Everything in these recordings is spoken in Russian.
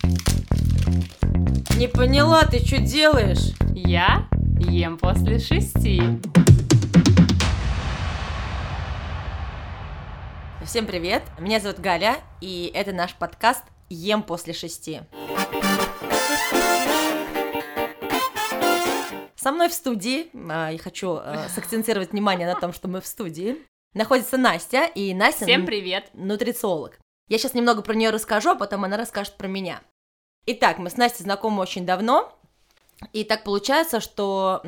Не поняла, ты что делаешь? Я ем после 6. Всем привет, меня зовут Галя, и это наш подкаст «Ем после 6». Со мной в студии, я хочу сакцентировать внимание на том, что мы в студии, находится Настя, и Настя... Всем привет! Нутрициолог. Я сейчас немного про нее расскажу, а потом она расскажет про меня. Итак, мы с Настей знакомы очень давно, и так получается, что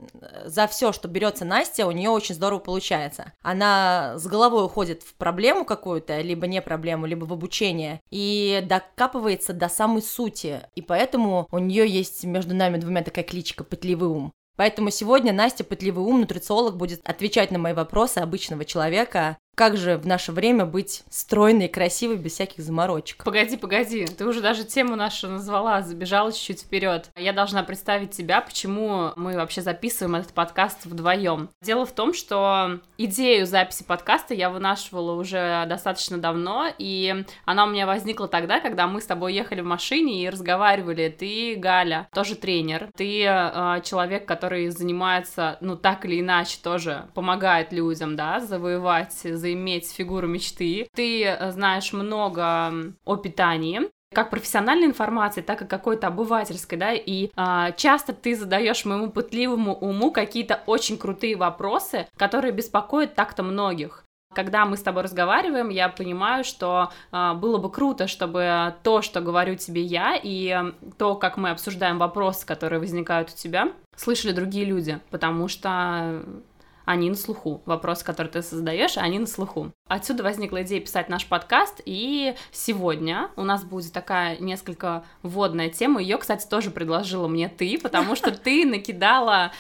за все, что берется Настя, у нее очень здорово получается. Она с головой уходит в проблему какую-то, либо не проблему, либо в обучение, и докапывается до самой сути. И поэтому у нее есть между нами двумя такая кличка «Пытливый ум». Поэтому сегодня Настя, пытливый ум, нутрициолог, будет отвечать на мои вопросы обычного человека. Как же в наше время быть стройной и красивой, без всяких заморочек? Погоди, ты уже даже тему нашу назвала, забежала чуть-чуть вперед. Я должна представить тебя, почему мы вообще записываем этот подкаст вдвоем. Дело в том, что идею записи подкаста я вынашивала уже достаточно давно, и она у меня возникла тогда, когда мы с тобой ехали в машине и разговаривали. Ты, Галя, тоже тренер, ты человек, который занимается, так или иначе тоже помогает людям, да, завоевать, заиметь фигуру мечты. Ты знаешь много о питании, как профессиональной информации, так и какой-то обывательской, да, и часто ты задаешь моему пытливому уму какие-то очень крутые вопросы, которые беспокоят так-то многих. Когда мы с тобой разговариваем, я понимаю, что было бы круто, чтобы то, что говорю тебе я, и то, как мы обсуждаем вопросы, которые возникают у тебя, слышали другие люди, потому что они на слуху. Вопросы, которые ты создаешь, они на слуху. Отсюда возникла идея писать наш подкаст, и сегодня у нас будет такая несколько вводная тема. Ее, кстати, тоже предложила мне ты, потому что ты накидала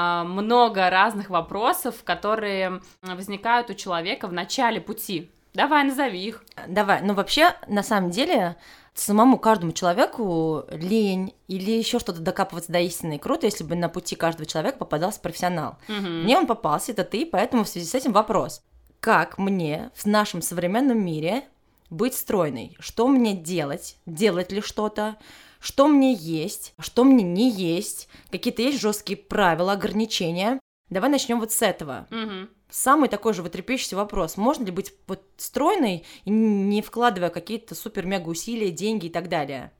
много разных вопросов, которые возникают у человека в начале пути. Давай, назови их. Давай, вообще, на самом деле, самому каждому человеку лень или еще что-то докапываться до истины. И круто, если бы на пути каждого человека попадался профессионал. Мне он попался, это ты, поэтому в связи с этим вопрос. Как мне в нашем современном мире быть стройной? Что мне делать? Делать ли что-то? Что мне есть? Что мне не есть? Какие-то есть жесткие правила, ограничения? Давай начнем вот с этого. Самый такой же трепещущий вопрос. Можно ли быть стройной, не вкладывая какие-то супер-мега усилия, деньги и так далее?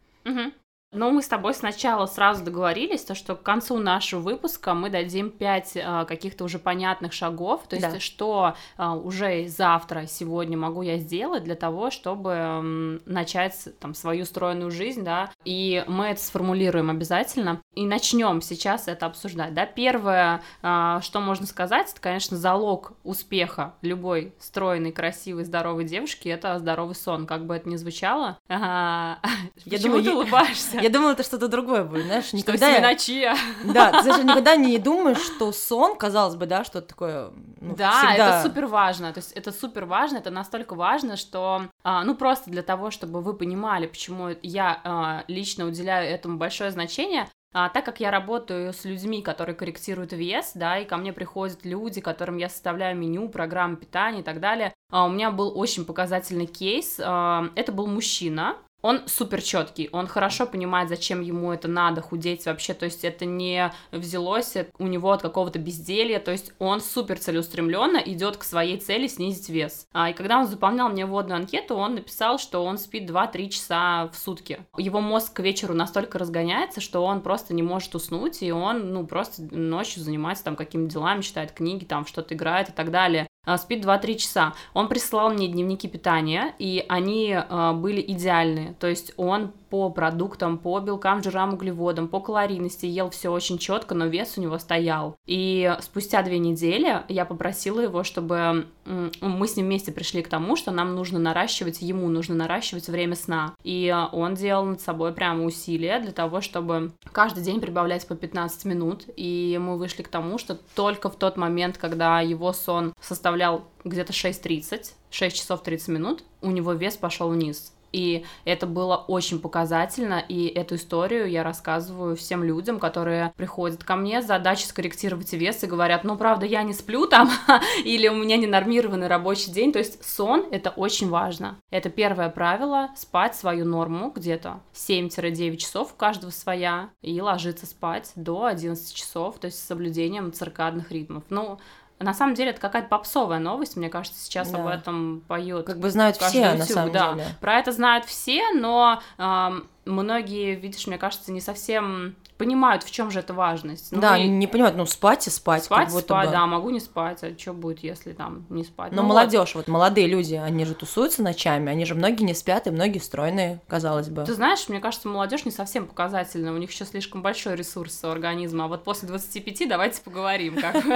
Но мы с тобой сначала сразу договорились, что к концу нашего выпуска мы дадим 5 каких-то уже понятных шагов, то есть что уже завтра, сегодня могу я сделать для того, чтобы начать свою стройную жизнь, да, и мы это сформулируем обязательно, и начнем сейчас это обсуждать, да. Первое, что можно сказать, это, конечно, залог успеха любой стройной, красивой, здоровой девушки, это здоровый сон, как бы это ни звучало. Почему ты улыбаешься? Я думала, это что-то другое будет, знаешь, никогда... Что семена чиа. Да, ты даже никогда не думаешь, что сон, казалось бы, да, что-то такое... Да, всегда... это супер важно, то есть это супер важно, это настолько важно, что, просто для того, чтобы вы понимали, почему я лично уделяю этому большое значение, так как я работаю с людьми, которые корректируют вес, да, и ко мне приходят люди, которым я составляю меню, программу питания и так далее, у меня был очень показательный кейс, это был мужчина. Он супер четкий, он хорошо понимает, зачем ему это надо, худеть вообще, то есть это не взялось у него от какого-то безделья, то есть он супер целеустремленно идет к своей цели снизить вес. И когда он заполнял мне вводную анкету, он написал, что он спит 2-3 часа в сутки. Его мозг к вечеру настолько разгоняется, что он просто не может уснуть, и он, просто ночью занимается какими-то делами, читает книги, что-то играет и так далее. Спит 2-3 часа. Он присылал мне дневники питания, и они были идеальные. То есть он по продуктам, по белкам, жирам, углеводам, по калорийности ел все очень четко, но вес у него стоял. И спустя 2 недели я попросила его, чтобы мы с ним вместе пришли к тому, что ему нужно наращивать время сна. И он делал над собой прямо усилия для того, чтобы каждый день прибавлять по 15 минут. И мы вышли к тому, что только в тот момент, когда его сон составлял где-то 6 часов 30 минут, у него вес пошел вниз. И это было очень показательно, и эту историю я рассказываю всем людям, которые приходят ко мне с задачей скорректировать вес и говорят, ну, правда, я не сплю там, или у меня ненормированный рабочий день. То есть сон — это очень важно. Это первое правило — спать свою норму, где-то 7-9 часов, у каждого своя, и ложиться спать до 11 часов, то есть с соблюдением циркадных ритмов. Ну, на самом деле, это какая-то попсовая новость, мне кажется, сейчас об этом поет. Как бы знают все, на самом деле. Про это знают все, но многие, видишь, мне кажется, не совсем понимают, в чем же эта важность. Да, не понимают, ну, спать и спать. Спать, да, могу не спать, а что будет, если там не спать? Но молодежь, вот молодые люди, они же тусуются ночами, они же многие не спят, и многие стройные, казалось бы. Ты знаешь, мне кажется, молодежь не совсем показательна, у них еще слишком большой ресурс у организма, а вот после 25 давайте поговорим.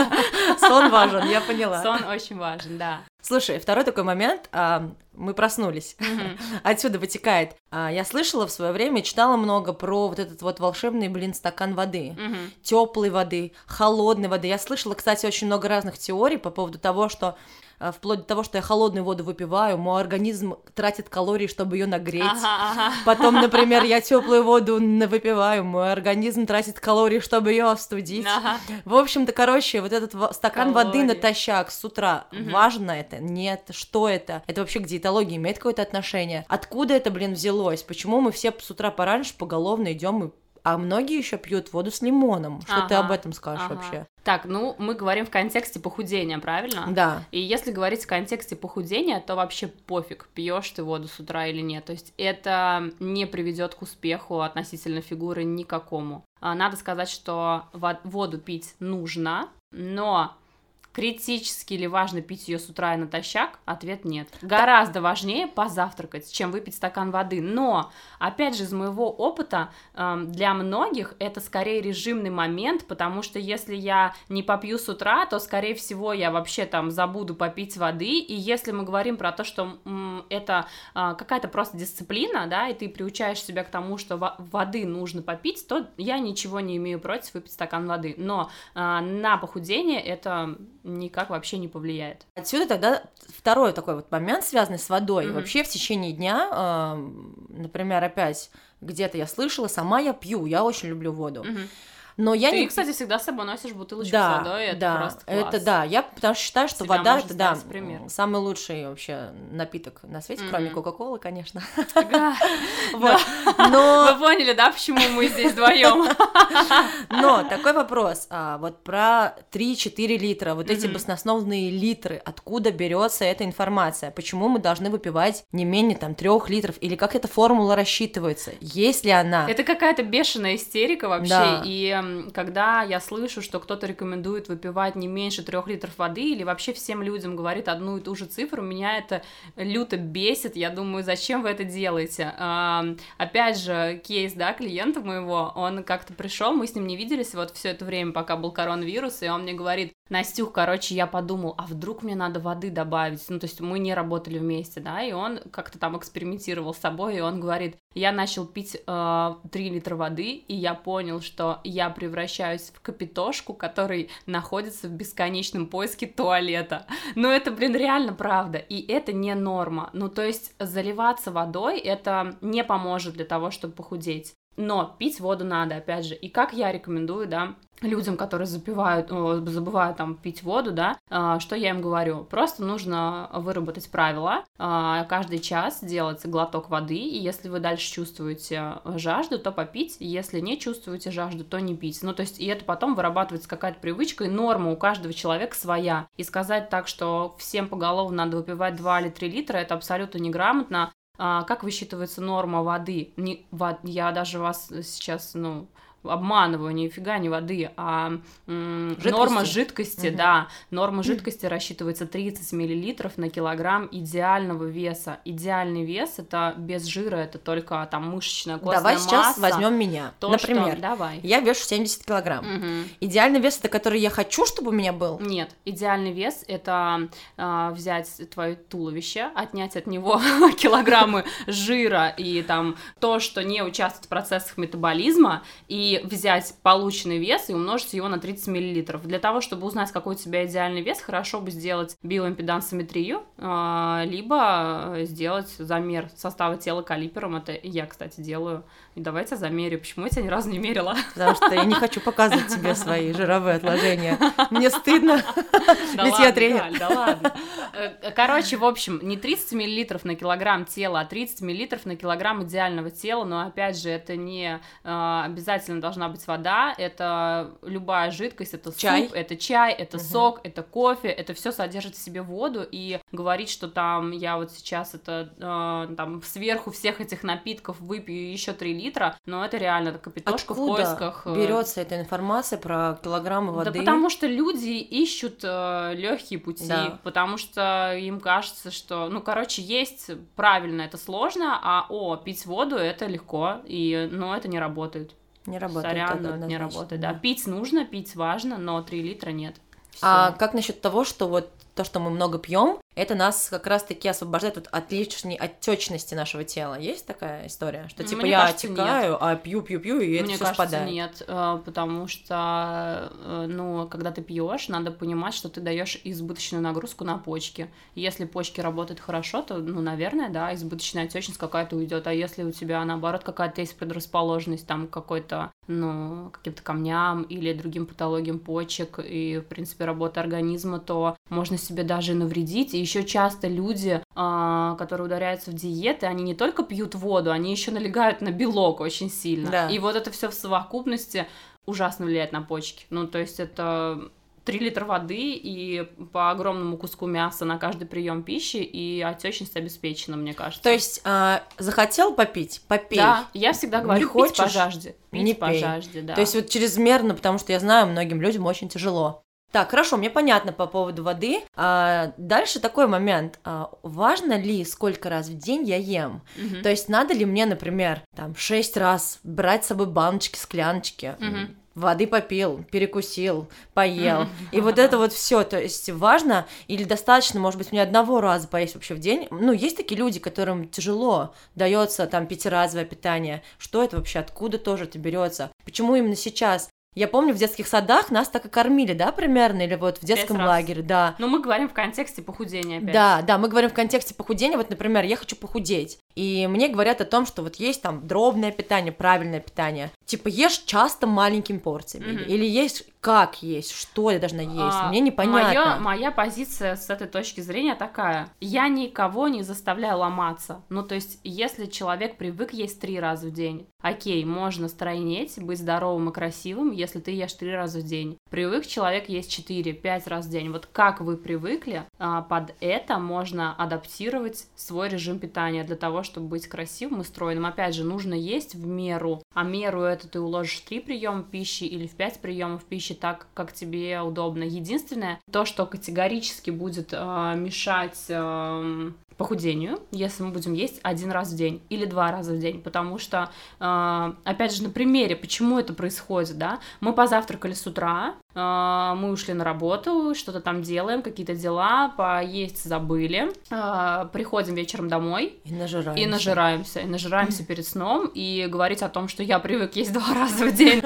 Сон важен, я поняла. Сон очень важен, да. Слушай, второй такой момент, мы проснулись, отсюда вытекает. Я слышала в свое время, читала много про вот этот вот волшебный, стакан воды, теплой воды, холодной воды. Я слышала, кстати, очень много разных теорий по поводу того, что вплоть до того, что я холодную воду выпиваю, мой организм тратит калории, чтобы ее нагреть. Потом, например, я теплую воду выпиваю, мой организм тратит калории, чтобы ее остудить. В общем-то, короче, вот этот стакан воды натощак с утра, важно это? Нет. Что это? Это вообще к диетологии имеет какое-то отношение? Откуда это, взялось? Почему мы все с утра пораньше поголовно идем а многие еще пьют воду с лимоном. Что ты об этом скажешь вообще? Так, ну, мы говорим в контексте похудения, правильно? Да. И если говорить в контексте похудения, то вообще пофиг, пьешь ты воду с утра или нет. То есть это не приведет к успеху относительно фигуры никакому. Надо сказать, что воду пить нужно, но критически ли важно пить ее с утра и натощак? Ответ нет. Гораздо важнее позавтракать, чем выпить стакан воды. Но, опять же, из моего опыта, для многих это скорее режимный момент, потому что если я не попью с утра, то, скорее всего, я вообще там забуду попить воды. И если мы говорим про то, что это какая-то просто дисциплина, да, и ты приучаешь себя к тому, что воды нужно попить, то я ничего не имею против выпить стакан воды. Но на похудение это никак вообще не повлияет. Отсюда тогда второй такой вот момент, связанный с водой. Вообще в течение дня, например, опять где-то я слышала, сама я пью, я очень люблю воду. Но я Ты, кстати, всегда с собой носишь бутылочку с водой, это просто класс. Это да, я потому что считаю, что вода это да, самый лучший вообще напиток на свете, кроме Кока-Колы, конечно. Вот. Но вы поняли, да, почему мы здесь вдвоем? Но такой вопрос, вот про 3-4 литра, вот эти баснословные литры, откуда берется эта информация? Почему мы должны выпивать не менее там 3 литров? Или как эта формула рассчитывается? Есть ли она? Это какая-то бешеная истерика вообще, и когда я слышу, что кто-то рекомендует выпивать не меньше 3 литров воды или вообще всем людям говорит одну и ту же цифру, меня это люто бесит, я думаю, зачем вы это делаете? Опять же, кейс, да, клиента моего, он как-то пришел, мы с ним не виделись вот все это время, пока был коронавирус, и он мне говорит: Настюх, короче, я подумал, а вдруг мне надо воды добавить, ну, то есть мы не работали вместе, да, и он как-то там экспериментировал с собой, и он говорит: я начал пить 3 литра воды, и я понял, что я превращаюсь в капитошку, который находится в бесконечном поиске туалета. Ну, это, реально правда, и это не норма. Ну, то есть заливаться водой, это не поможет для того, чтобы похудеть. Но пить воду надо, опять же. И как я рекомендую, да, людям, которые забывают там пить воду, да, что я им говорю? Просто нужно выработать правила, каждый час делать глоток воды, и если вы дальше чувствуете жажду, то попить, если не чувствуете жажду, то не пить. Ну, то есть, и это потом вырабатывается какая-то привычка, и норма у каждого человека своя. И сказать так, что всем поголовно надо выпивать 2 или 3 литра, это абсолютно неграмотно. Как высчитывается норма воды? Я даже вас сейчас, обманываю, нифига не воды, а норма жидкости, да, норма жидкости рассчитывается 30 мл на килограмм идеального веса. Идеальный вес — это без жира, это только там мышечная костная масса. Давай сейчас масса. Возьмем меня. Например, я вешу 70 килограмм. Идеальный вес — это который я хочу, чтобы у меня был? Нет, идеальный вес — это взять твое туловище, отнять от него килограммы жира и там то, что не участвует в процессах метаболизма, и и взять полученный вес и умножить его на 30 мл. Для того, чтобы узнать, какой у тебя идеальный вес, хорошо бы сделать биоимпедансометрию, либо сделать замер состава тела калипером. Это я, кстати, делаю. И давайте замерю. Почему я тебя ни разу не мерила? Потому что я не хочу показывать тебе свои жировые отложения. Мне стыдно, ведь я тренер. Да ладно. Короче, в общем, не 30 мл на килограмм тела, а 30 мл на килограмм идеального тела. Но, опять же, это не обязательно должна быть вода. Это любая жидкость, это суп, это чай, это сок, это кофе. Это все содержит в себе воду. И говорить, что там я вот сейчас это там сверху всех этих напитков выпью еще 3 литра, но это реально капитошка в поисках. Берется эта информация про килограммы воды? Да потому что люди ищут легкие пути, потому что им кажется, что, есть правильно, это сложно, а пить воду это легко, но это не работает. Не работает. Сорян, но не работает. Да. Пить нужно, пить важно, но 3 литра нет. Всё. А как насчет того, что вот то, что мы много пьем, это нас как раз-таки освобождает от лишней отечности нашего тела. Есть такая история, что типа я отекаю, а пью, и это все спадает? Мне кажется, нет, потому что, когда ты пьешь, надо понимать, что ты даешь избыточную нагрузку на почки. Если почки работают хорошо, то, наверное, да, избыточная отечность какая-то уйдет. А если у тебя, наоборот, какая-то есть предрасположенность там какой-то, каким-то камням или другим патологиям почек и, в принципе, работы организма, то можно себе даже навредить. И еще часто люди, которые ударяются в диеты, они не только пьют воду, они еще налегают на белок очень сильно. Да. И вот это все в совокупности ужасно влияет на почки. То есть это 3 литра воды и по огромному куску мяса на каждый прием пищи, и отечность обеспечена, мне кажется. То есть захотел попить? Попей. Да, я всегда говорю, не пить по жажде. Не по пей. жажде, да. То есть вот чрезмерно, потому что я знаю, многим людям очень тяжело. Так, хорошо, мне понятно по поводу воды. Дальше такой момент. Важно ли, сколько раз в день я ем? То есть надо ли мне, например, 6 раз брать с собой баночки, скляночки, воды попил, перекусил, поел. И вот это вот все, то есть важно или достаточно, может быть, мне одного раза поесть вообще в день? Есть такие люди, которым тяжело дается 5-разовое питание. Что это вообще? Откуда тоже это берется? Почему именно сейчас? Я помню, в детских садах нас так и кормили, да, примерно, или вот в детском лагере, да. Мы говорим в контексте похудения опять. Да, мы говорим в контексте похудения, вот, например, я хочу похудеть, и мне говорят о том, что вот есть дробное питание, правильное питание, типа ешь часто маленькими порциями, или есть как есть, что я должна есть, мне непонятно. Моя позиция с этой точки зрения такая, я никого не заставляю ломаться, то есть, если человек привык есть 3 раза в день, окей, можно стройнеть, быть здоровым и красивым, если ты ешь 3 раза в день. Привык человек есть 4-5 раз в день. Вот как вы привыкли, под это можно адаптировать свой режим питания для того, чтобы быть красивым и стройным. Опять же, нужно есть в меру, а меру это ты уложишь в 3 приема пищи или в 5 приемов пищи, так, как тебе удобно. Единственное, то, что категорически будет мешать похудению, если мы будем есть 1 раз в день или 2 раза в день, потому что, опять же, на примере, почему это происходит, да, мы позавтракали с утра, мы ушли на работу, что-то там делаем, какие-то дела, поесть забыли, приходим вечером домой и нажираемся перед сном, и говорить о том, что я привык есть 2 раза в день,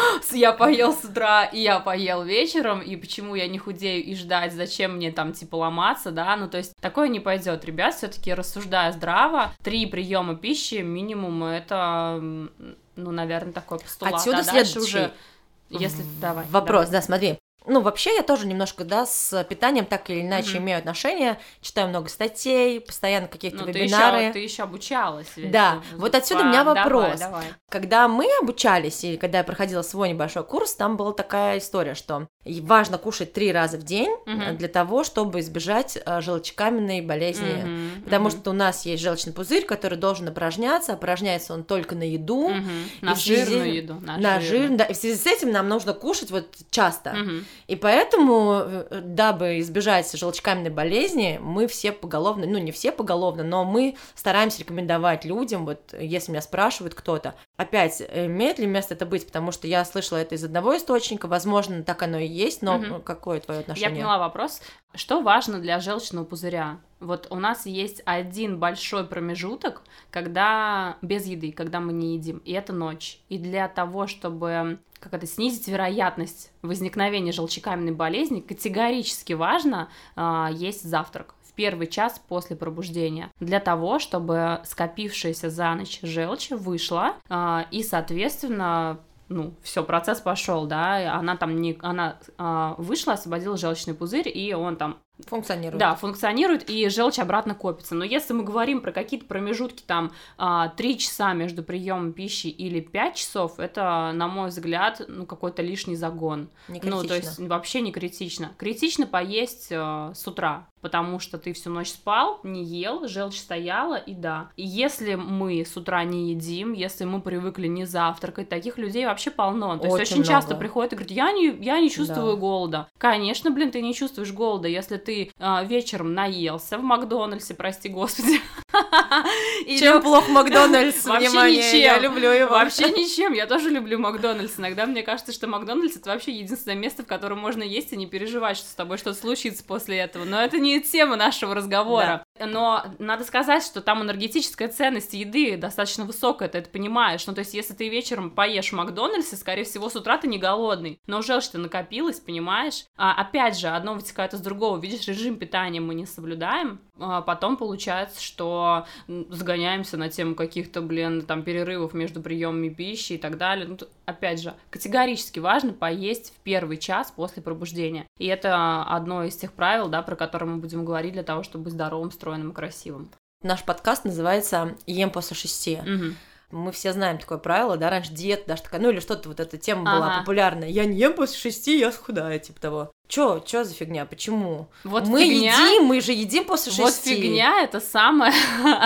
я поел с утра и я поел вечером, и почему я не худею, и ждать, зачем мне ломаться, да, то есть такое не пойдет, ребят, все-таки рассуждая здраво, 3 приема пищи минимум, это, наверное, такой постулат. Отсюда следующий уже, если вопрос, да, смотри. Вообще я тоже немножко, с питанием так или иначе имею отношение, читаю много статей, постоянно какие-то вебинары. Ты еще обучалась. Да, вот отсюда у меня вопрос. Давай. Когда мы обучались, и когда я проходила свой небольшой курс, там была такая история, что важно кушать 3 раза в день для того, чтобы избежать желчекаменной болезни, потому что у нас есть желчный пузырь, который должен опорожняться он только на еду. На жирную еду. На жирную, да, и в связи с этим нам нужно кушать часто. И поэтому, дабы избежать желчекаменной болезни, мы все поголовно, не все поголовно, но мы стараемся рекомендовать людям, если меня спрашивает кто-то, опять, имеет ли место это быть, потому что я слышала это из одного источника, возможно, так оно и есть, но какое твое отношение? Я поняла вопрос. Что важно для желчного пузыря? вот у нас есть один большой промежуток, когда без еды, когда мы не едим, и это ночь. И для того, чтобы снизить вероятность возникновения желчекаменной болезни, категорически важно есть завтрак в первый час после пробуждения, для того, чтобы скопившаяся за ночь желчь вышла, и, соответственно, все, процесс пошел, да, она вышла, освободила желчный пузырь, и он там функционирует. Да, функционирует, и желчь обратно копится. Но если мы говорим про какие-то промежутки, 3 часа между приемом пищи или 5 часов, это, на мой взгляд, какой-то лишний загон. Не критично. То есть вообще не критично. Критично поесть с утра, потому что ты всю ночь спал, не ел, желчь стояла, и да. И если мы с утра не едим, если мы привыкли не завтракать, таких людей вообще полно. То есть очень часто приходят и говорят, я не чувствую голода. Конечно, ты не чувствуешь голода, если ты вечером наелся в Макдональдсе, прости господи. Чем плох Макдональдс? Вообще ничем. Я люблю его. Вообще ничем. Я тоже люблю Макдональдс. Иногда мне кажется, что Макдональдс — это вообще единственное место, в котором можно есть и не переживать, что с тобой что-то случится после этого. Но это не тема нашего разговора. Да. Но надо сказать, что там энергетическая ценность еды достаточно высокая, ты это понимаешь. То есть, если ты вечером поешь в Макдональдсе, скорее всего, с утра ты не голодный. Но желчь-то накопилась, понимаешь? Опять же, одно вытекает из другого. Видишь, режим питания мы не соблюдаем, потом получается, что загоняемся на тему каких-то, перерывов между приемами пищи и так далее. Опять же, категорически важно поесть в первый час после пробуждения. И это одно из тех правил, да, про которые мы будем говорить для того, чтобы быть здоровым, стройным и красивым. Наш подкаст называется «Ем после 6». Угу. Мы все знаем такое правило, да, раньше диета даже такая, или что-то, вот эта тема была популярная. Я не ем после 6, я схудаю, типа того. Чё за фигня, почему? Вот мы же едим после 6. Вот фигня — это самое,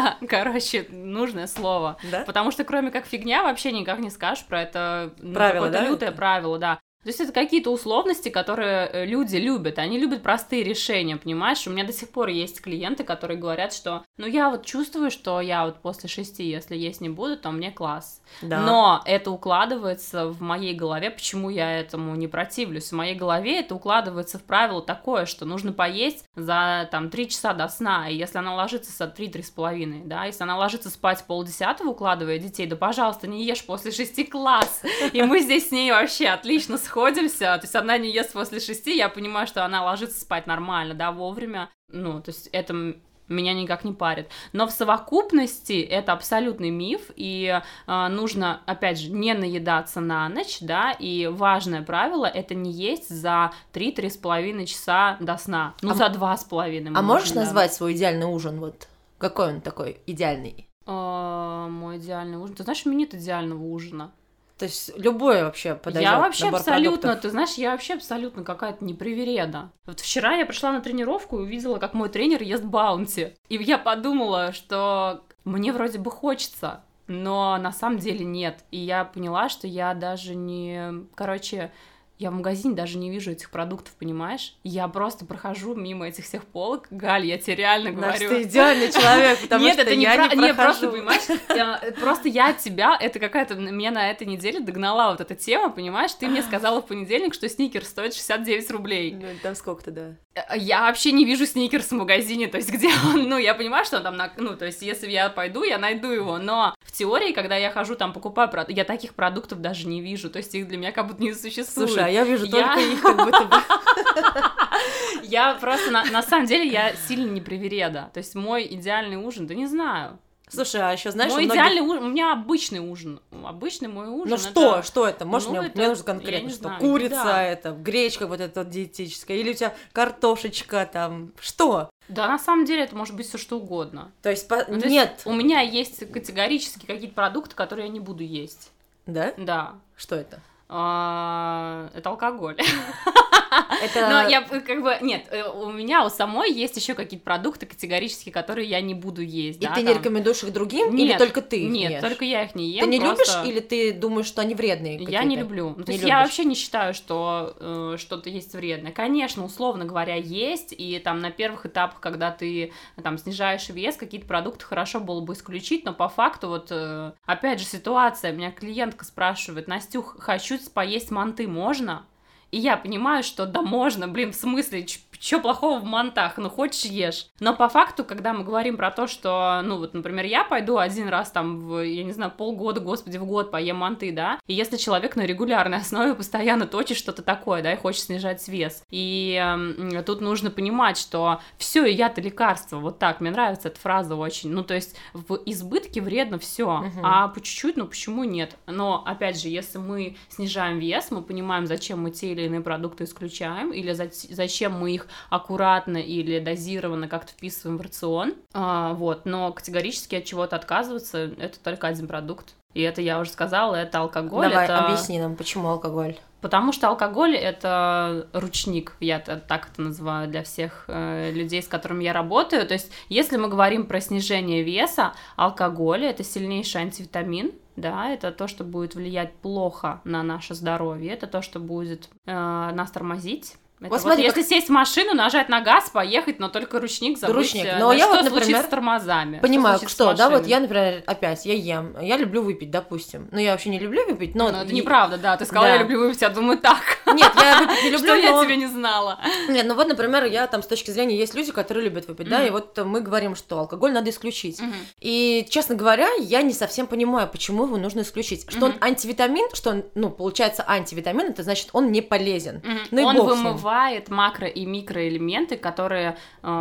нужное слово. Да? Потому что кроме как фигня вообще никак не скажешь про это. Правило, да? Лютое правило, да. То есть это какие-то условности, которые люди любят. Они любят простые решения, понимаешь? У меня до сих пор есть клиенты, которые говорят, что я вот чувствую, что я вот после 6, если есть не буду, то мне класс. Да. Но это укладывается в моей голове, почему я этому не противлюсь. В моей голове это укладывается в правило такое, что нужно поесть за 3 часа до сна. И если она ложится с 3-3,5, да, если она ложится спать 9:30, укладывая детей, да, пожалуйста, не ешь после 6, класс. И мы здесь с ней вообще отлично сходимся. То есть она не ест после 6, я понимаю, что она ложится спать нормально, да, вовремя. То есть это меня никак не парит. Но в совокупности это абсолютный миф, и нужно, опять же, не наедаться на ночь, да, и важное правило — это не есть за 3-3,5 часа до сна, за 2,5. А можешь назвать свой идеальный ужин, вот, какой он такой идеальный? Мой идеальный ужин? Ты знаешь, у меня нет идеального ужина. То есть любое вообще подойдет. Я вообще абсолютно, продуктов. Ты знаешь, я вообще абсолютно какая-то непривереда. Вот вчера я пришла на тренировку и увидела, как мой тренер ест баунти. И я подумала, что мне вроде бы хочется, но на самом деле нет. И я поняла, что я даже не... Я в магазине даже не вижу этих продуктов, понимаешь? Я просто прохожу мимо этих всех полок. Галь, я тебе реально говорю. Значит, ты идеальный человек, потому Нет, что это я не прохожу. Нет, просто, понимаешь, просто я от тебя, это какая-то, меня на этой неделе догнала вот эта тема, понимаешь? Ты мне сказала в понедельник, что сникерс стоит 69 рублей. Там сколько-то, да. Я вообще не вижу сникерс в магазине, то есть где он, я понимаю, что он там, то есть если я пойду, я найду его, но в теории, когда я хожу там покупаю, я таких продуктов даже не вижу, то есть их для меня как будто не существует. Слушай, а я вижу только их как будто бы. Я просто, на самом деле, я сильно не привереда, то есть мой идеальный ужин, да не знаю. Слушай, а еще знаешь, мой идеальный ужин, у меня обычный ужин. Обычный мой ужин. Ну что это? Может, мне нужно конкретно что? Знаю. Курица, это, гречка вот эта диетическая, или у тебя картошечка там, что? Да, на самом деле это может быть все что угодно. То есть нет. У меня есть категорически какие-то продукты, которые я не буду есть. Да? Да. Что это? Это алкоголь. Это... Но я нет, у меня у самой есть еще какие-то продукты категорически, которые я не буду есть. И ты не рекомендуешь их другим, или только ты их Нет, ешь? только я их не ем. Ты не любишь, или ты думаешь, что они вредные какие-то? Я не люблю. То есть я вообще не считаю, что что-то есть вредное. Конечно, условно говоря, есть, и там на первых этапах, когда ты там снижаешь вес, какие-то продукты хорошо было бы исключить, но по факту вот, опять же, ситуация, меня клиентка спрашивает: Настюх, хочу поесть манты, можно? И я понимаю, что да можно, в смысле, что плохого в мантах? Ну, хочешь, ешь. Но по факту, когда мы говорим про то, что, ну, вот, например, я пойду один раз там, я не знаю, полгода, господи, в год поем манты, да, и если человек на регулярной основе постоянно точит что-то такое, да, и хочет снижать вес, и тут нужно понимать, что все, и я-то лекарство, вот так, мне нравится эта фраза очень, ну, то есть в избытке вредно все, а по чуть-чуть, ну, почему нет? Но, опять же, если мы снижаем вес, мы понимаем, зачем мы те или иные продукты исключаем, или зачем мы их аккуратно или дозированно как-то вписываем в рацион, вот, но категорически от чего-то отказываться, это только один продукт. И это я уже сказала, это алкоголь. Давай, объясни нам, почему алкоголь? Потому что алкоголь — это ручник, я так это называю для всех людей, с которыми я работаю. То есть, если мы говорим про снижение веса, алкоголь — это сильнейший антивитамин, да, это то, что будет влиять плохо на наше здоровье, это то, что будет нас тормозить. Это вот смотри, если сесть в машину, нажать на газ, поехать, но только ручник забыть. Ручник. Но я вот, например, случится с тормозами? Понимаю, что да, вот я, например, опять, я ем, я люблю выпить, допустим. Ну, я вообще не люблю выпить, но... Ну, это неправда, да, ты сказала, я люблю выпить, я думаю, так. Нет, я выпить не люблю, что я тебя не знала. Нет, ну вот, например, я там с точки зрения, есть люди, которые любят выпить, да, и вот мы говорим, что алкоголь надо исключить. И, честно говоря, я не совсем понимаю, почему его нужно исключить. Что он антивитамин, что он, ну, получается, антивитамин, это значит, он не полезен. Он вымывает макро- и микроэлементы, которые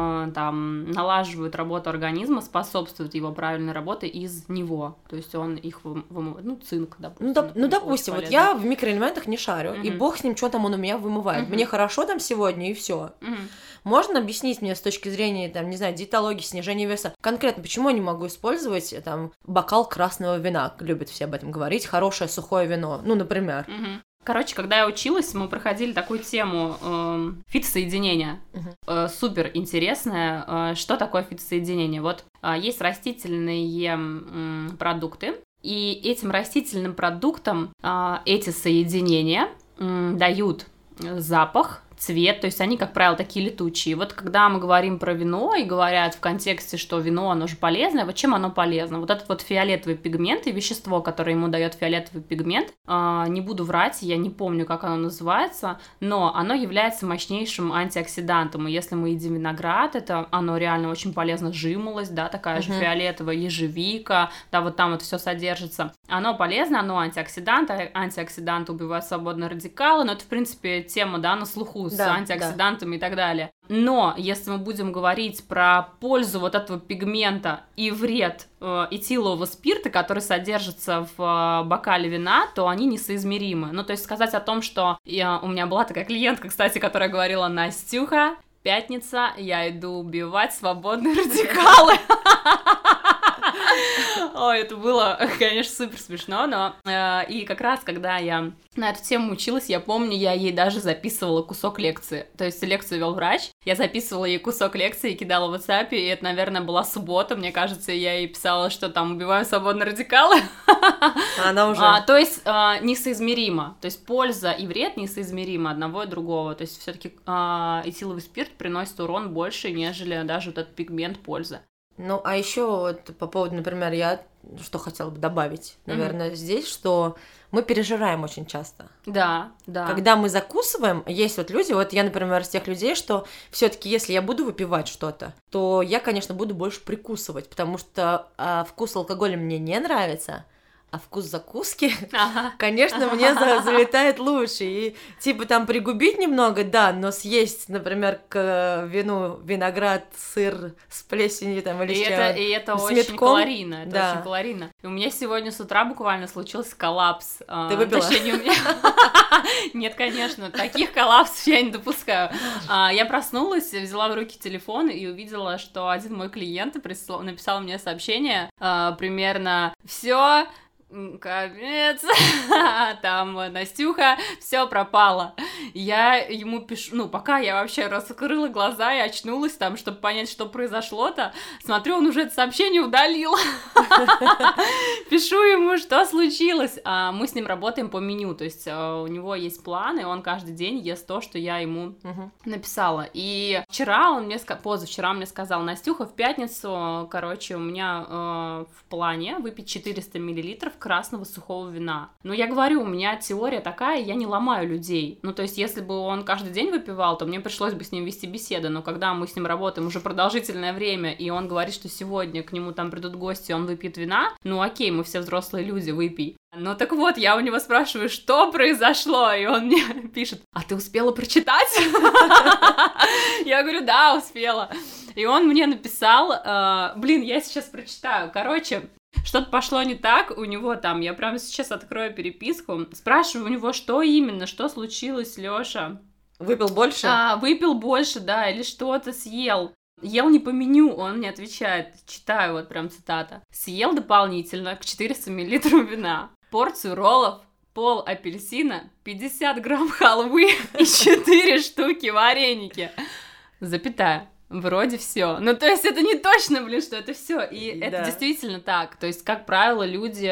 там налаживают работу организма, способствуют его правильной работе из него. То есть он их вымывает. Ну, цинк, допустим. Ну, допустим, вот я в микроэлементах не шарю, и бог с ним, что там он у меня вымывает. Мне хорошо там сегодня, и все. Можно объяснить мне с точки зрения, там, не знаю, диетологии, снижения веса, конкретно, почему я не могу использовать, там, бокал красного вина, любят все об этом говорить, хорошее сухое вино, ну, например. Короче, когда я училась, мы проходили такую тему фитосоединения. Супер интересная. Что такое фитосоединение? Вот есть растительные продукты, и этим растительным продуктам эти соединения дают запах, цвет, то есть они, как правило, такие летучие. Вот когда мы говорим про вино и говорят в контексте, что вино, оно же полезное, вот чем оно полезно? Вот этот вот фиолетовый пигмент и вещество, которое ему дает фиолетовый пигмент, не буду врать, я не помню, как оно называется, но оно является мощнейшим антиоксидантом, и если мы едим виноград, это оно реально очень полезно, жимолость, да, такая же фиолетовая, ежевика, да, вот там вот все содержится. Оно полезно, оно антиоксидант, антиоксиданты убивают свободные радикалы, но это, в принципе, тема, да, на слуху, с антиоксидантами и так далее. Но если мы будем говорить про пользу вот этого пигмента и вред этилового спирта, который содержится в бокале вина, то они несоизмеримы. Ну, то есть сказать о том, что у меня была такая клиентка, кстати, которая говорила: Настюха, пятница, я иду убивать свободные радикалы. Ой, это было, конечно, супер смешно, но и как раз, когда я на эту тему училась, я помню, я ей даже записывала кусок лекции, то есть лекцию вел врач, я записывала ей кусок лекции и кидала в WhatsApp, и это, наверное, была суббота, мне кажется, я ей писала, что там убиваем свободные радикалы. Она уже... То есть несоизмеримо, то есть польза и вред несоизмеримо одного и другого, то есть все-таки этиловый спирт приносит урон больше, нежели даже вот этот пигмент пользы. Ну, а еще вот по поводу, например, я что хотела бы добавить, наверное, здесь, что мы пережираем очень часто. Да, да. Когда мы закусываем, есть вот люди, вот я, например, из тех людей, что все-таки, если я буду выпивать что-то, то я, конечно, буду больше прикусывать, потому что вкус алкоголя мне не нравится, а вкус закуски, конечно, мне залетает лучше. И типа там пригубить немного, да, но съесть, например, к вину виноград, сыр с плесенью там или и это очень калорийно, это очень калорийно. И у меня сегодня с утра буквально случился коллапс. Ты выпила? Нет, конечно, таких коллапсов я не допускаю. Я проснулась, взяла в руки телефон и увидела, что один мой клиент написал мне сообщение примерно: «Все, конец, там, Настюха, все пропало». Я ему пишу, пока я вообще раскрыла глаза и очнулась там, чтобы понять, что произошло-то, смотрю, он уже это сообщение удалил. Пишу ему, что случилось. Мы с ним работаем по меню, то есть у него есть план, и он каждый день ест то, что я ему написала. И позавчера он мне сказал: «Настюха, в пятницу, короче, у меня в плане выпить 400 мл красного сухого вина. Но я говорю, у меня теория такая, я не ломаю людей. Ну, то есть, если бы он каждый день выпивал, то мне пришлось бы с ним вести беседы. Но когда мы с ним работаем уже продолжительное время, и он говорит, что сегодня к нему там придут гости, он выпьет вина, ну окей, мы все взрослые люди, выпей. Ну так вот, я у него спрашиваю, что произошло, и он мне пишет: а ты успела прочитать? Я говорю, да, успела. И он мне написал, я сейчас прочитаю, короче, что-то пошло не так у него там, я прямо сейчас открою переписку, спрашиваю у него, что именно, что случилось, Лёша? Выпил больше? Выпил больше, да, или что-то съел. Ел не по меню, он мне отвечает, читаю вот прям цитата. Съел дополнительно к 400 мл вина, порцию роллов, пол апельсина, 50 грамм халвы и 4 штуки вареники. Запятая. Вроде все. Ну, то есть это не точно, что это все. И это действительно так. То есть, как правило, люди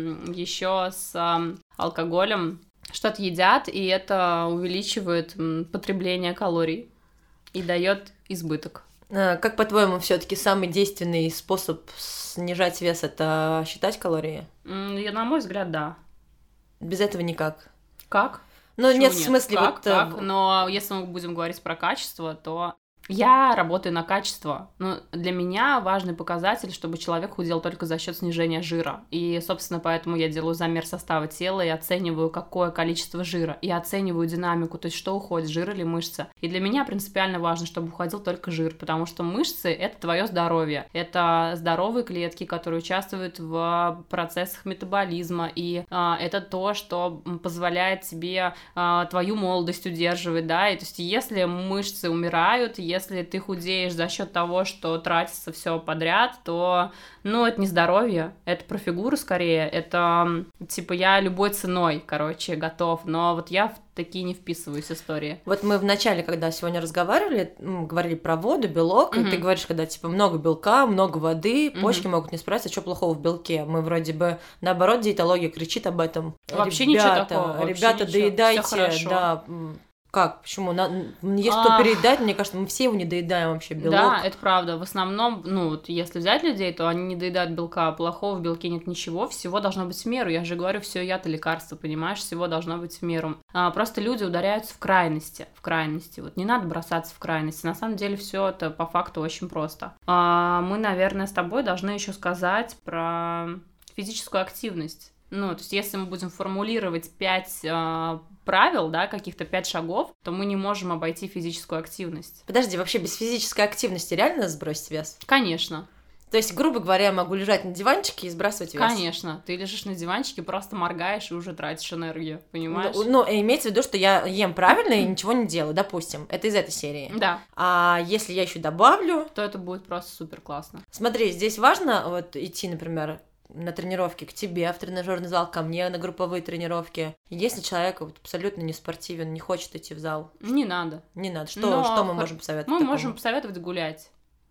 еще с алкоголем что-то едят, и это увеличивает потребление калорий и дает избыток. Как, по-твоему, все-таки самый действенный способ снижать вес — это считать калории? На мой взгляд, да. Без этого никак. Как? Ну, нет, в смысле... Как? Но если мы будем говорить про качество, то... Я работаю на качество, но для меня важный показатель, чтобы человек худел только за счет снижения жира. И, собственно, поэтому я делаю замер состава тела и оцениваю, какое количество жира, и оцениваю динамику, то есть что уходит, жир или мышца. И для меня принципиально важно, чтобы уходил только жир, потому что мышцы — это твое здоровье, это здоровые клетки, которые участвуют в процессах метаболизма, и это то, что позволяет тебе твою молодость удерживать, да, и то есть если мышцы умирают, если ты худеешь за счет того, что тратится все подряд, то, это не здоровье, это про фигуру скорее, это, я любой ценой, готов, но вот я в такие не вписываюсь истории. Вот мы в начале, когда сегодня разговаривали, говорили про воду, белок, и ты говоришь, когда, много белка, много воды, почки могут не справиться, что плохого в белке? Мы вроде бы, наоборот, диетология кричит об этом. Вообще ничего такого. Ребята, доедайте, да... Как? Почему? Есть кто переедает, мне кажется, мы все его не доедаем вообще, белок. Да, это правда. В основном, если взять людей, то они не доедают белка, плохого в белке нет ничего, всего должно быть в меру. Я же говорю, все яд и лекарство, понимаешь, всего должно быть в меру. Просто люди ударяются в крайности. Вот не надо бросаться в крайности. На самом деле все это по факту очень просто. Мы, наверное, с тобой должны еще сказать про физическую активность. То есть если мы будем формулировать 5 правил, да, каких-то 5 шагов, то мы не можем обойти физическую активность. Подожди, вообще без физической активности реально сбросить вес? Конечно. То есть, грубо говоря, я могу лежать на диванчике и сбрасывать вес? Конечно. Ты лежишь на диванчике, просто моргаешь и уже тратишь энергию, понимаешь? Имеется в виду, что я ем правильно и ничего не делаю, допустим. Это из этой серии. Да. А если я еще добавлю... То это будет просто супер классно. Смотри, здесь важно идти, например, на тренировки к тебе в тренажерный зал, ко мне на групповые тренировки. Если человек абсолютно не спортивен, не хочет идти в зал. Не надо. Не надо. Что мы можем посоветовать? Мы можем посоветовать гулять.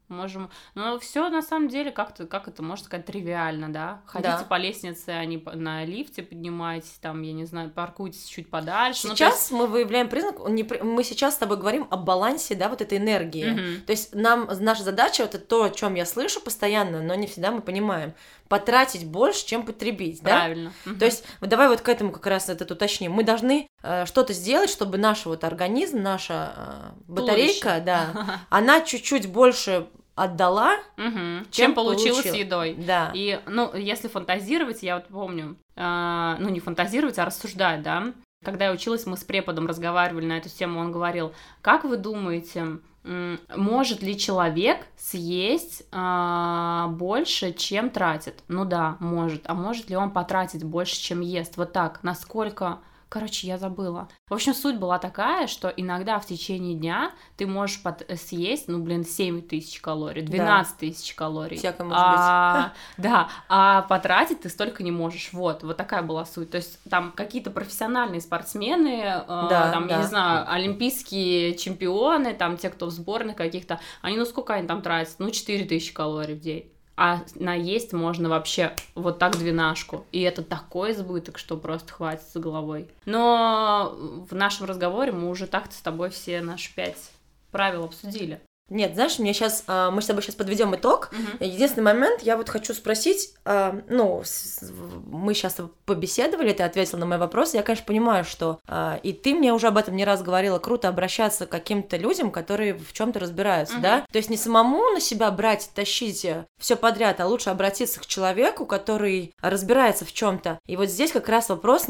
Но все на самом деле как это можно сказать, тривиально, да? Ходите по лестнице, а не на лифте поднимайтесь, там, я не знаю, паркуйтесь чуть подальше. Сейчас мы выявляем признак, мы сейчас с тобой говорим о балансе, да, вот этой энергии. То есть наша задача, это то, о чем я слышу постоянно, но не всегда мы понимаем, потратить больше, чем потребить, правильно. Да? То есть давай к этому как раз это уточним. Мы должны что-то сделать, чтобы наш организм, наша батарейка, да, она чуть-чуть больше отдала, чем получила с едой. Да. И, если фантазировать, я помню, не фантазировать, а рассуждать, да. Когда я училась, мы с преподом разговаривали на эту тему, он говорил, как вы думаете, может ли человек съесть больше, чем тратит? Ну да, может. А может ли он потратить больше, чем ест? Вот так. Насколько... Короче, я забыла. В общем, суть была такая, что иногда в течение дня ты можешь съесть, 7 тысяч калорий, 12 тысяч калорий. Всякое может быть. Да, а потратить ты столько не можешь. Вот такая была суть. То есть там какие-то профессиональные спортсмены, я не знаю, олимпийские чемпионы, там те, кто в сборных каких-то, они, сколько они там тратят? 4 тысячи калорий в день. А наесть можно вообще вот так 12. И это такой избыток, что просто хватит с головой. Но в нашем разговоре мы уже так-то с тобой все наши 5 правил обсудили. Нет, знаешь, мы с тобой сейчас подведем итог. Единственный момент, я вот хочу спросить, мы сейчас побеседовали, ты ответила на мои вопросы, я, конечно, понимаю, что и ты мне уже об этом не раз говорила, круто обращаться к каким-то людям, которые в чем-то разбираются, да? То есть не самому на себя брать, тащить все подряд, а лучше обратиться к человеку, который разбирается в чем-то. И вот здесь как раз вопрос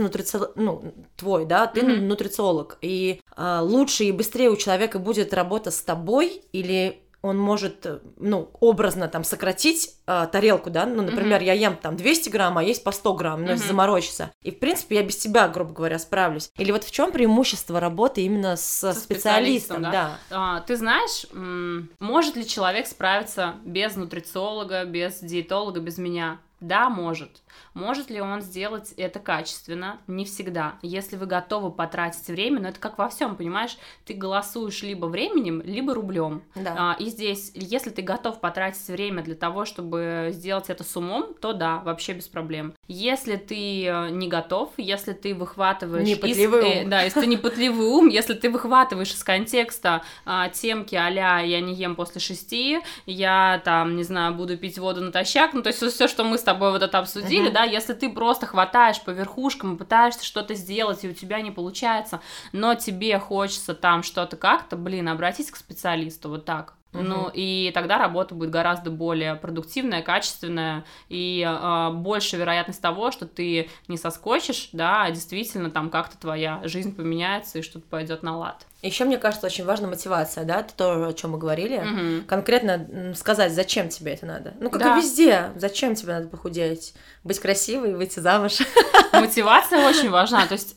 твой, да, ты нутрициолог, и лучше и быстрее у человека будет работа с тобой, или он может, образно там сократить тарелку, да, например, я ем там 200 грамм, а есть по 100 грамм, если заморочиться. И, в принципе, я без тебя, грубо говоря, справлюсь. Или вот в чем преимущество работы именно со специалистом, да? Ты знаешь, может ли человек справиться без нутрициолога, без диетолога, без меня? Да, может. Может ли он сделать это качественно? Не всегда. Если вы готовы потратить время, но это как во всем, понимаешь? Ты голосуешь либо временем, либо рублем. Да. И здесь, если ты готов потратить время для того, чтобы сделать это с умом, то да, вообще без проблем. Если ты не готов, если ты выхватываешь... Непытливый ум. Да, если ты непытливый ум, если ты выхватываешь из контекста темки а-ля «я не ем после 6», я там, не знаю, буду пить воду натощак, то есть все, что мы с тобой вот это обсудили, да, если ты просто хватаешь по верхушкам и пытаешься что-то сделать, и у тебя не получается, но тебе хочется там что-то как-то, обратись к специалисту, вот так. И тогда работа будет гораздо более продуктивная, качественная, и больше вероятность того, что ты не соскочишь, да, а действительно там как-то твоя жизнь поменяется и что-то пойдет на лад. Еще, мне кажется, очень важна мотивация, да, это то, о чем мы говорили. Конкретно сказать, зачем тебе это надо. И везде, зачем тебе надо похудеть, быть красивой, выйти замуж. Мотивация очень важна, то есть...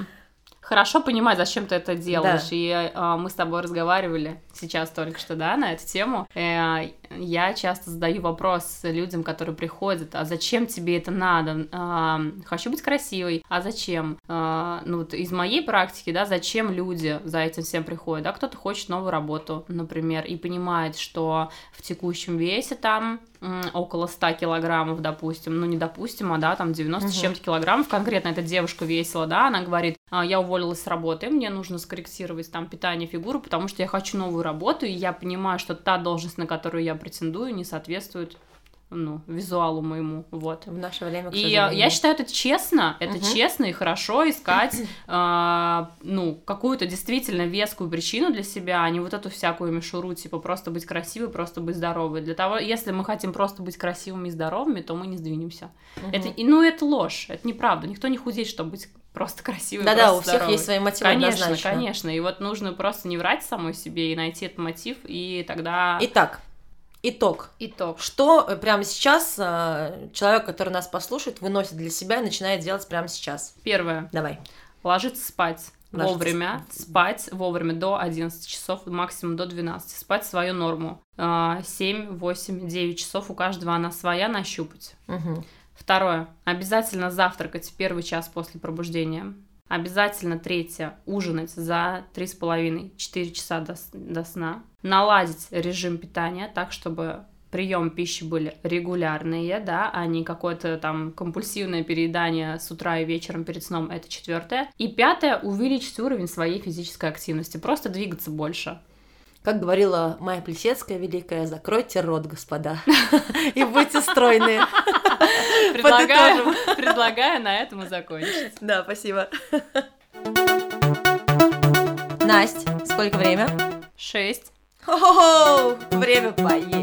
Хорошо понимать, зачем ты это делаешь, да. И мы с тобой разговаривали сейчас только что, да, на эту тему. Я часто задаю вопрос людям, которые приходят, а зачем тебе это надо? Хочу быть красивой, а зачем? Вот из моей практики, да, зачем люди за этим всем приходят? Да, кто-то хочет новую работу, например, и понимает, что в текущем весе там около 100 килограммов, допустим, не допустим, а да, там 90 с чем-то килограммов, конкретно эта девушка весила, да, она говорит, я уволилась с работы, мне нужно скорректировать там питание, фигуру, потому что я хочу новую работу, и я понимаю, что та должность, на которую я претендую, не соответствует визуалу моему, вот. В наше время, к сожалению. И я считаю, это честно и хорошо искать, какую-то действительно вескую причину для себя, а не вот эту всякую мишуру, типа просто быть красивой, просто быть здоровой. Для того, если мы хотим просто быть красивыми и здоровыми, то мы не сдвинемся. Это ложь, это неправда, никто не худеет, чтобы быть просто красивой, да-да, просто здоровой. У всех есть свои мотивы, однозначно. Конечно, и вот нужно просто не врать самой себе и найти этот мотив, и тогда... Итог. Что прямо сейчас человек, который нас послушает, выносит для себя и начинает делать прямо сейчас? Первое. Давай. Ложиться спать. Вовремя, спать вовремя до 11 часов, максимум до 12. Спать свою норму. 7, 8, 9 часов у каждого она своя, нащупать. Второе. Обязательно завтракать в первый час после пробуждения. Обязательно, третье, ужинать за 3,5-4 часа до сна. Наладить режим питания так, чтобы прием пищи были регулярные, да, а не какое-то там компульсивное переедание с утра и вечером перед сном, это четвертое. И пятое, увеличить уровень своей физической активности, просто двигаться больше. Как говорила Майя Плисецкая великая, закройте рот, господа, и будьте стройные. Предлагаю на этом и закончить. Да, спасибо. Настя, сколько время? 6. Время поесть.